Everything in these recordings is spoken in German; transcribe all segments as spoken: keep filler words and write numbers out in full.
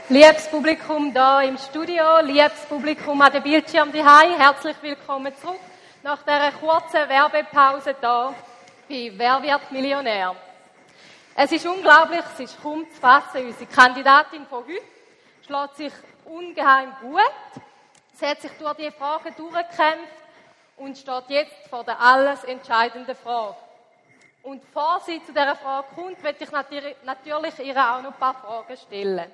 Liebes Publikum hier im Studio, liebes Publikum an den Bildschirm daheim, herzlich willkommen zurück nach dieser kurzen Werbepause hier bei Wer wird Millionär? Es ist unglaublich, es ist kaum zu fassen. Unsere Kandidatin von heute schlägt sich ungeheim gut. Sie hat sich durch diese Fragen durchgekämpft und steht jetzt vor der alles entscheidenden Frage. Und bevor sie zu dieser Frage kommt, möchte ich natürlich ihr auch noch ein paar Fragen stellen.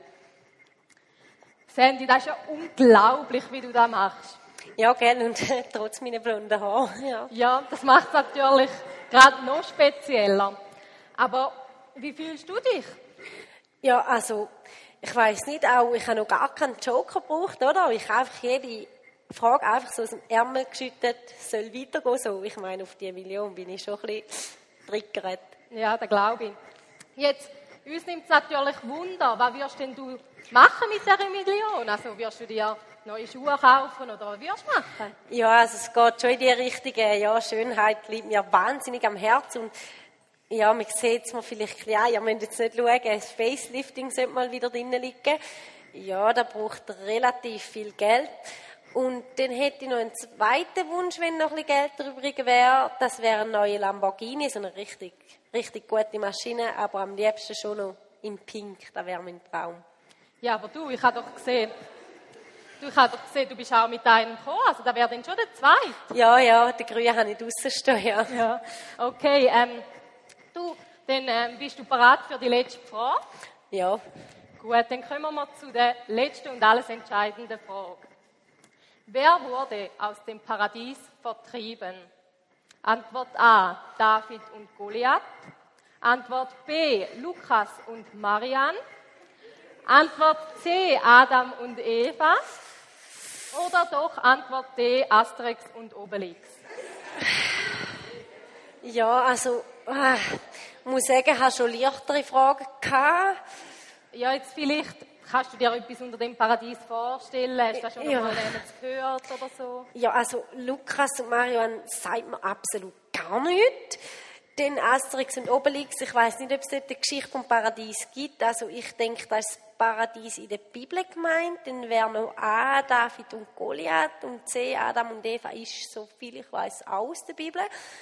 Sandy, das ist ja unglaublich, wie du das machst. Ja, gell, und trotz meiner blonden Haare. Ja, ja das macht es natürlich gerade noch spezieller. Aber wie fühlst du dich? Ja, also, ich weiss nicht, auch ich habe noch gar keinen Joker gebraucht, oder? Ich habe einfach jede Frage einfach so aus dem Ärmel geschüttet, soll weitergehen, so. Ich meine, auf diese Million bin ich schon ein bisschen triggert. Ja, das glaube ich. Jetzt, uns nimmt es natürlich Wunder, was wirst denn du machen mit dieser Million? Also, wirst du dir neue Schuhe kaufen oder was wirst du machen? Ja, also es geht schon in die Richtung, ja, Schönheit liegt mir wahnsinnig am Herzen und ja, man sieht es mir vielleicht ein bisschen an, ihr müsst jetzt nicht schauen, das Facelifting sollte mal wieder drinnen liegen. Ja, da braucht relativ viel Geld. Und dann hätte ich noch einen zweiten Wunsch, wenn noch ein bisschen Geld übrig wäre. Das wäre ein neuer Lamborghini, so eine richtig, richtig gute Maschine, aber am liebsten schon noch in Pink, das wäre mein Traum. Ja, aber du, ich habe doch gesehen, du, ich habe doch gesehen, du bist auch mit einem gekommen, also da wäre dann schon der zweite. Ja, ja, den Grünen habe ich draussen stehen, ja. Ja, okay, ähm, du, dann ähm, bist du bereit für die letzte Frage? Ja. Gut, dann kommen wir zu der letzten und alles entscheidenden Frage. Wer wurde aus dem Paradies vertrieben? Antwort A, David und Goliath. Antwort B, Lukas und Marian. Antwort C, Adam und Eva. Oder doch Antwort D, Asterix und Obelix. Ja, also, äh, ich muss sagen, ich habe schon leichtere Fragen gehabt. Ja, jetzt vielleicht kannst du dir etwas unter dem Paradies vorstellen? Hast du das schon ja. mal gehört oder so? Ja, also Lukas und Marian sagt mir absolut gar nichts. Dann Asterix und Obelix, ich weiss nicht, ob es dort eine Geschichte vom Paradies gibt. Also ich denke, das ist das Paradies in der Bibel gemeint. Dann wäre noch A, David und Goliath und C, Adam und Eva ist, so viel ich weiss, auch aus der Bibel.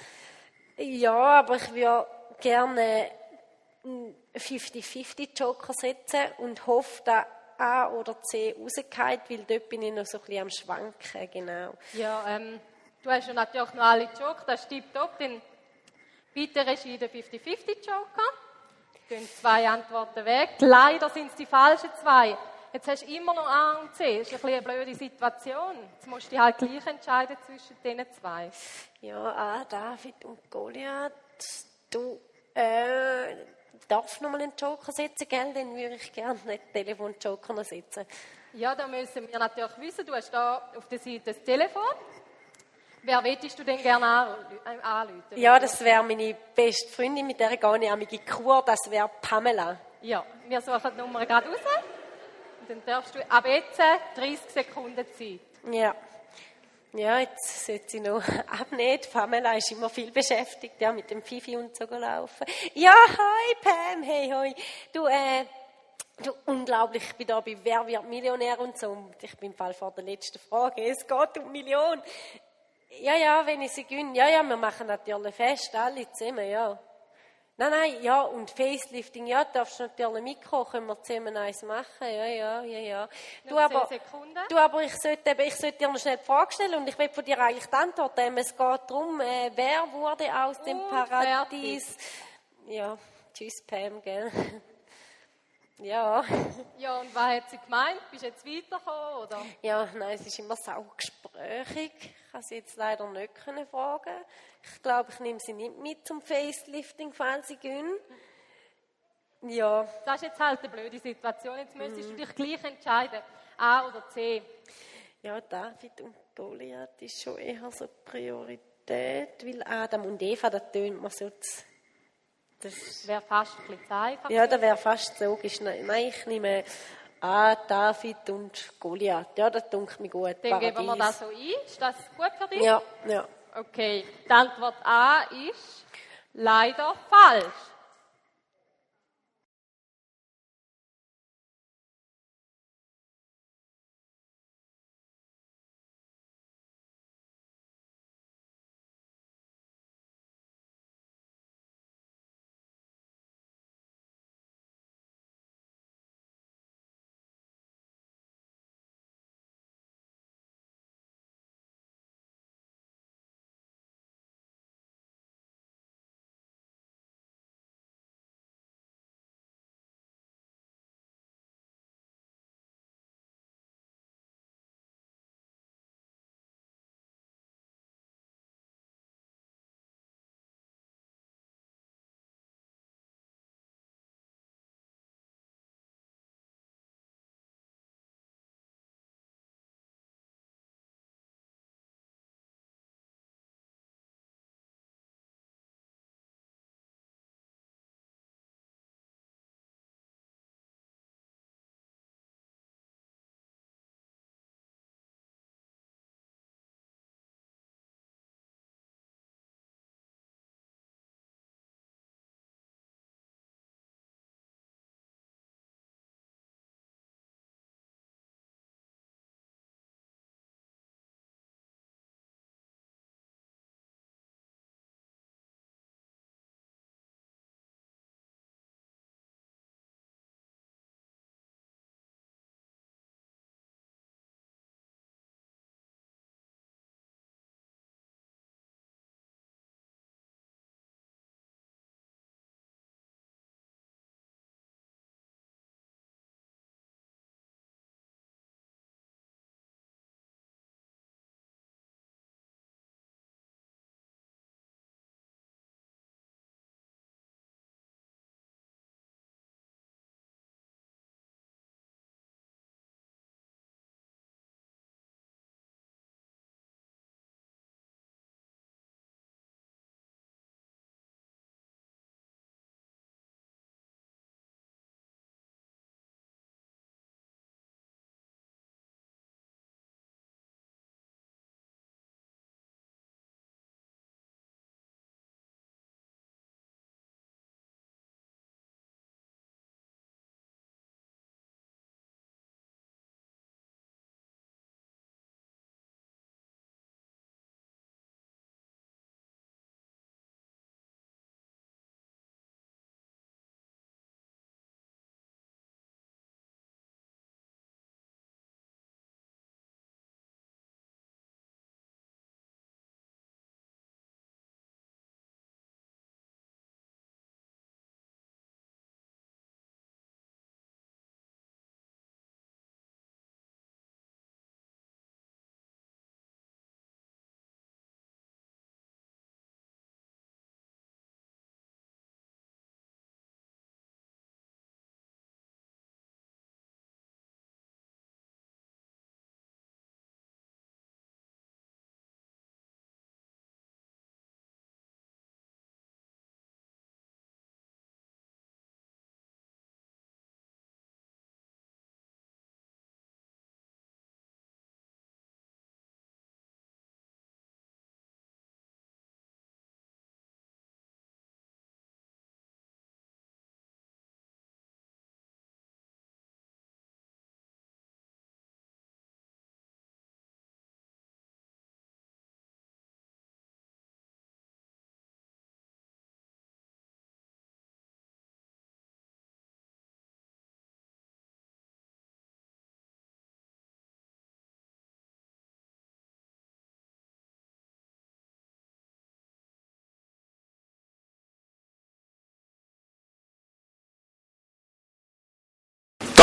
Ja, aber ich würde gerne einen fünfzig fünfzig Joker setzen und hoffe, dass A oder C rausgeht, weil dort bin ich noch so ein bisschen am Schwanken, genau. Ja, ähm, du hast ja natürlich noch alle Joker, das stimmt top. Dann bitte Regie den fünfzig fünfzig Joker. Gehen zwei Antworten weg. Leider sind es die falschen zwei. Jetzt hast du immer noch A und C. Das ist ein bisschen eine blöde Situation. Jetzt musst du dich halt gleich entscheiden zwischen diesen zwei. Ja, A, David und Goliath. Du, äh, darf noch mal einen Joker setzen, gell? Dann würde ich gerne den Telefon-Joker noch setzen. Ja, da müssen wir natürlich wissen, du hast da auf der Seite das Telefon. Wer möchtest du denn gerne anrufen? Ja, das wäre meine beste Freundin, mit der ich gehe ich an meine Kur, das wäre Pamela. Ja, wir suchen die Nummer gerade raus. Und dann darfst du ab jetzt dreißig Sekunden Zeit. Ja. Ja, jetzt sollte sie noch abnehmen. Pamela ist immer viel beschäftigt, ja, mit dem Fifi und so laufen. Ja, hi Pam, hey, hoi. Du, äh, du, unglaublich, ich bin da bei Wer wird Millionär und so. Und ich bin im Fall vor der letzten Frage. Es geht um Millionen. Ja, ja, wenn ich sie gewinne. Ja, ja, wir machen natürlich fest, alle zusammen, ja. Nein, nein, ja, und Facelifting, ja, darfst du natürlich mitkommen, können wir zusammen eins machen, ja, ja, ja, ja. Du, aber, du, aber ich sollte, ich sollte dir noch schnell die Frage stellen und ich will von dir eigentlich die Antwort haben. Es geht darum, äh, wer wurde aus dem und Paradies... Fertig. Ja, tschüss Pam, gell. Ja. Ja, und was hat sie gemeint? Bist du jetzt weitergekommen, oder? Ja, nein, es ist immer sau gesprächig. Ich kann sie jetzt leider nicht fragen. Ich glaube, ich nehme sie nicht mit zum Facelifting, falls sie gehen. Ja. Das ist jetzt halt eine blöde Situation. Jetzt müsstest mhm. du dich gleich entscheiden. A oder C. Ja, David und Goliath ist schon eher so Priorität, weil Adam und Eva, das tönt man so... Das wäre fast ein bisschen einfach. Ja, das wäre fast logisch. Nein, ich nehme A, David und Goliath. Ja, das dunkelt mir gut. Dann Paradies. geben wir das so ein. Ist das gut für dich? Ja, ja. Okay, die Antwort A ist leider falsch.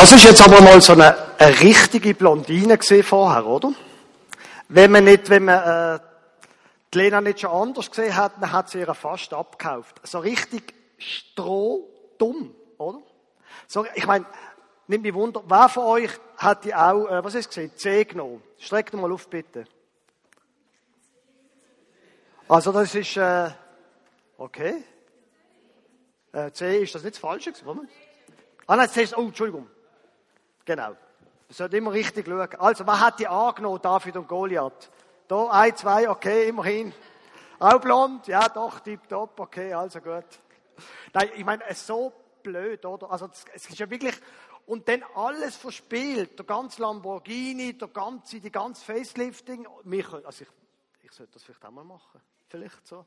Das ist jetzt aber mal so eine, eine richtige Blondine gesehen vorher, oder? Wenn man nicht, wenn man, äh, die Lena nicht schon anders gesehen hat, dann hat sie ihr fast abgekauft. So richtig strohdumm, oder? So, ich meine, nimmt mich Wunder, wer von euch hat die auch, äh, was ist es gesehen, C genommen? Streckt mal auf, bitte. Also das ist, äh, okay. Äh, C, ist das nicht das Falsche gewesen? Ah nein, C ist, oh, Entschuldigung. Genau. Man sollte immer richtig schauen. Also, wer hat die angenommen, David und Goliath? Da, ein, zwei, okay, immerhin. Auch blond? Ja, doch, tipptopp, okay, also gut. Nein, ich meine, es ist so blöd, oder? Also, es ist ja wirklich, und dann alles verspielt. Der ganze Lamborghini, der ganze, die ganze Facelifting. Mich, also, ich, ich sollte das vielleicht auch mal machen. Vielleicht so.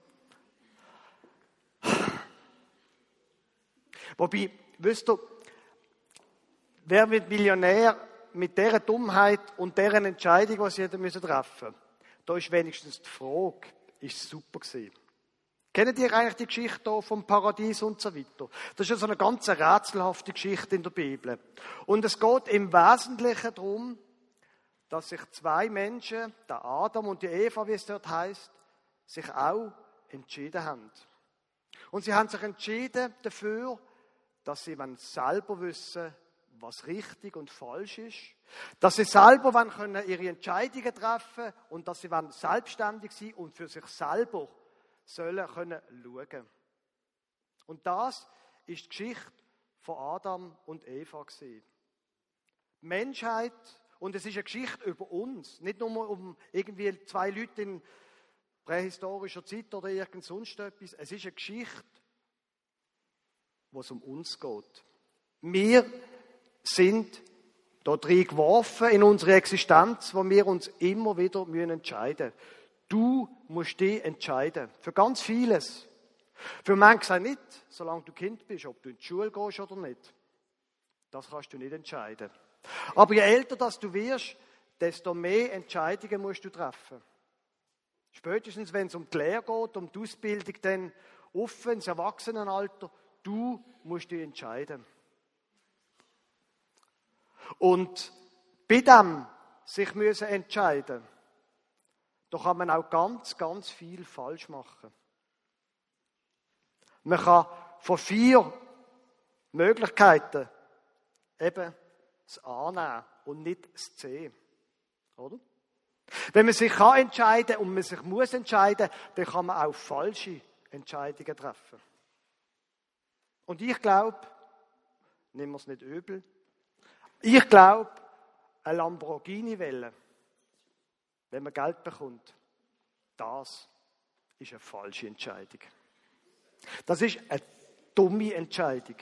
Wobei, wisst ihr, wer wird Millionär mit dieser Dummheit und deren Entscheidung, die sie hätten müssen treffen? Da ist wenigstens die Frage, ist super gewesen. Kennt ihr eigentlich die Geschichte hier vom Paradies und so weiter? Das ist ja so eine ganz rätselhafte Geschichte in der Bibel. Und es geht im Wesentlichen darum, dass sich zwei Menschen, der Adam und die Eva, wie es dort heißt, sich auch entschieden haben. Und sie haben sich entschieden dafür, dass sie selber wissen, was richtig und falsch ist. Dass sie selber können ihre Entscheidungen treffen und dass sie selbstständig sein und für sich selber sollen können schauen. Und das ist die Geschichte von Adam und Eva gewesen. Die Menschheit, und es ist eine Geschichte über uns, nicht nur um irgendwie zwei Leute in prähistorischer Zeit oder irgend sonst etwas. Es ist eine Geschichte, wo es um uns geht. Wir sind da drin geworfen in unsere Existenz, wo wir uns immer wieder entscheiden müssen. Du musst dich entscheiden. Für ganz vieles. Für manche nicht, solange du Kind bist, ob du in die Schule gehst oder nicht. Das kannst du nicht entscheiden. Aber je älter das du wirst, desto mehr Entscheidungen musst du treffen. Spätestens, wenn es um die Lehre geht, um die Ausbildung, dann offen ins Erwachsenenalter, du musst dich entscheiden. Und bei dem sich müssen entscheiden, da kann man auch ganz, ganz viel falsch machen. Man kann von vier Möglichkeiten eben das A nehmen und nicht das C. Oder? Wenn man sich kann entscheiden und man sich muss entscheiden, dann kann man auch falsche Entscheidungen treffen. Und ich glaube, nehmen wir es nicht übel, ich glaube, eine Lamborghini-Welle, wenn man Geld bekommt, das ist eine falsche Entscheidung. Das ist eine dumme Entscheidung.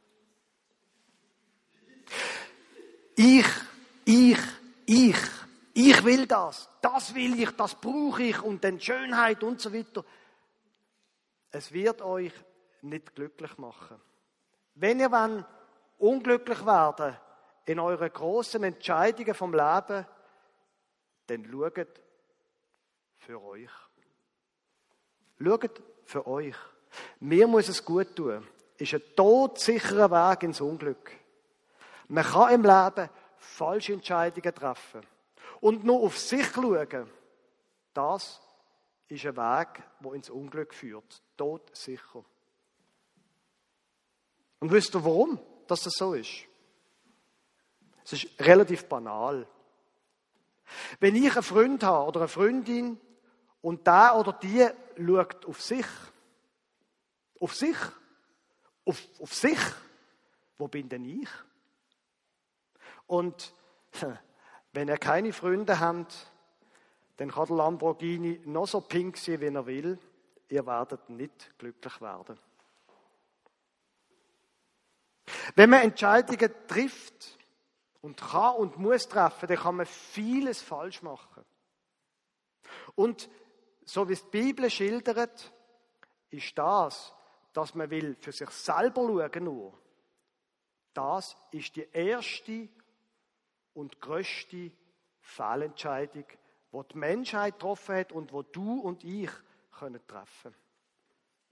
Ich, ich, ich, ich will das, das will ich, das brauche ich und dann Schönheit und so weiter. Es wird euch nicht glücklich machen. Wenn ihr dann unglücklich werden in euren grossen Entscheidungen vom Leben, dann schaut für euch. Schaut für euch. Mir muss es gut tun. Ist ein todsicherer Weg ins Unglück. Man kann im Leben falsche Entscheidungen treffen. Und nur auf sich schauen, das ist ein Weg, der ins Unglück führt. Todsicher. Und wisst ihr, warum dass das so ist? Es ist relativ banal. Wenn ich einen Freund habe oder eine Freundin und der oder die schaut auf sich, auf sich, auf, auf sich, wo bin denn ich? Und wenn ihr keine Freunde habt, dann kann der Lamborghini noch so pink sein, wie er will. Ihr werdet nicht glücklich werden. Wenn man Entscheidungen trifft und kann und muss treffen, dann kann man vieles falsch machen. Und so wie es die Bibel schildert, ist das, dass man will für sich selber schauen nur. Das ist die erste und grösste Fehlentscheidung, die die Menschheit getroffen hat und die du und ich können treffen.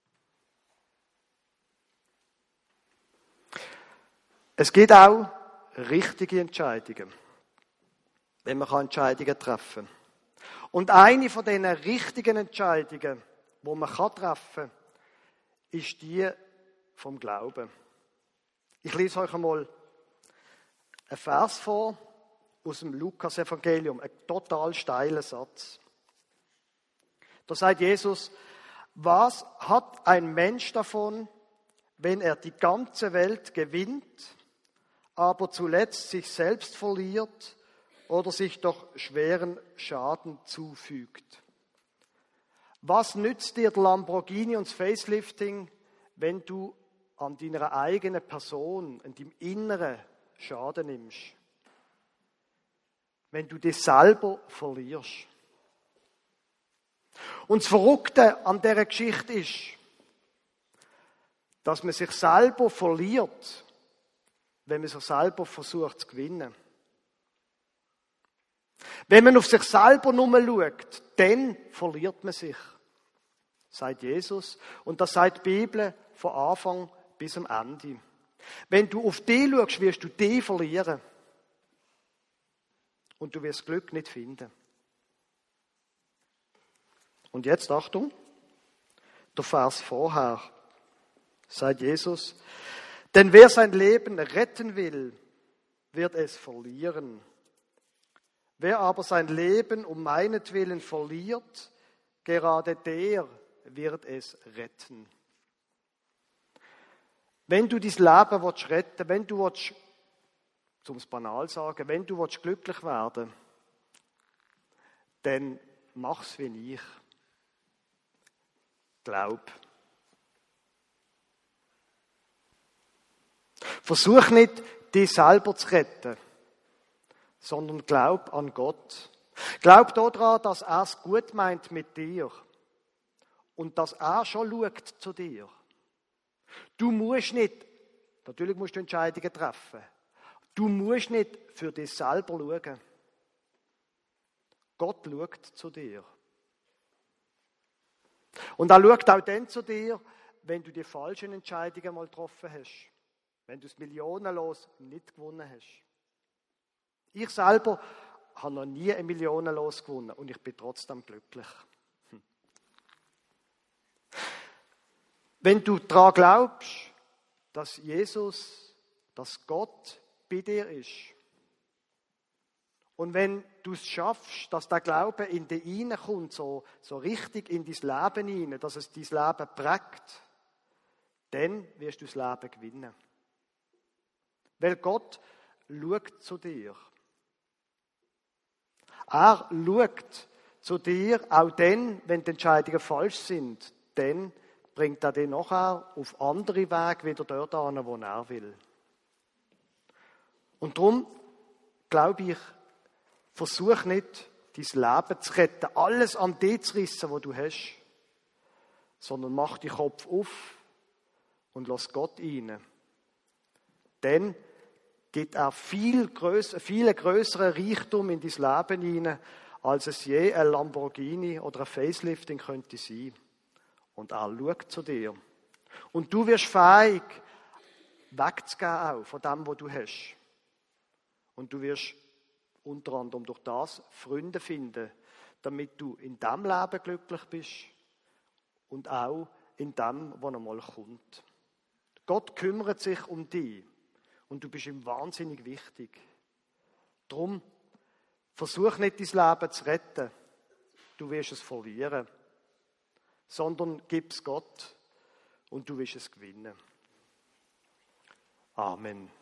Es gibt auch richtige Entscheidungen. Wenn man Entscheidungen treffen kann. Und eine von diesen richtigen Entscheidungen, die man treffen kann, ist die vom Glauben. Ich lese euch einmal einen Vers vor aus dem Lukas-Evangelium, ein total steiler Satz. Da sagt Jesus, was hat ein Mensch davon, wenn er die ganze Welt gewinnt, aber zuletzt sich selbst verliert oder sich doch schweren Schaden zufügt? Was nützt dir der Lamborghini und das Facelifting, wenn du an deiner eigenen Person, in deinem Inneren Schaden nimmst? Wenn du dich selber verlierst. Und das Verrückte an dieser Geschichte ist, dass man sich selber verliert, wenn man sich selber versucht zu gewinnen. Wenn man auf sich selber nur schaut, dann verliert man sich, sagt Jesus. Und das sagt die Bibel von Anfang bis am Ende. Wenn du auf dich schaust, wirst du dich verlieren. Und du wirst Glück nicht finden. Und jetzt Achtung, der Vers vorher, sagt Jesus, denn wer sein Leben retten will, wird es verlieren. Wer aber sein Leben um meinetwillen verliert, gerade der wird es retten. Wenn du dein Leben willst retten, wenn du willst, um es banal zu sagen, wenn du willst glücklich werden, dann mach's wie ich. Glaub. Versuch nicht, dich selber zu retten, sondern glaub an Gott. Glaub daran, dass er es gut meint mit dir und dass er schon schaut zu dir. Du musst nicht, natürlich musst du Entscheidungen treffen, du musst nicht für dich selber schauen. Gott schaut zu dir. Und er schaut auch dann zu dir, wenn du die falschen Entscheidungen mal getroffen hast. Wenn du es Millionenlos nicht gewonnen hast. Ich selber habe noch nie ein Millionenlos gewonnen und ich bin trotzdem glücklich. Hm. Wenn du daran glaubst, dass Jesus, dass Gott bei dir ist und wenn du es schaffst, dass der Glaube in dich hineinkommt, so, so richtig in dein Leben hinein, dass es dein Leben prägt, dann wirst du das Leben gewinnen. Weil Gott schaut zu dir. Er schaut zu dir, auch dann, wenn die Entscheidungen falsch sind. Dann bringt er dich nachher auf andere Wege wieder dort an, wo er will. Und darum glaube ich, versuch nicht, dein Leben zu retten, alles an dir zu rissen, was du hast, sondern mach den Kopf auf und lass Gott rein. Dann gibt er viel grösser, viel grösseren Reichtum in dein Leben hinein, als es je ein Lamborghini oder ein Facelifting könnte sein. Und er schaut zu dir. Und du wirst fähig, wegzugehen auch von dem, was du hast. Und du wirst unter anderem durch das Freunde finden, damit du in diesem Leben glücklich bist und auch in dem, was noch mal kommt. Gott kümmert sich um dich. Und du bist ihm wahnsinnig wichtig. Drum, versuch nicht, dein Leben zu retten. Du wirst es verlieren. Sondern gib es Gott und du wirst es gewinnen. Amen.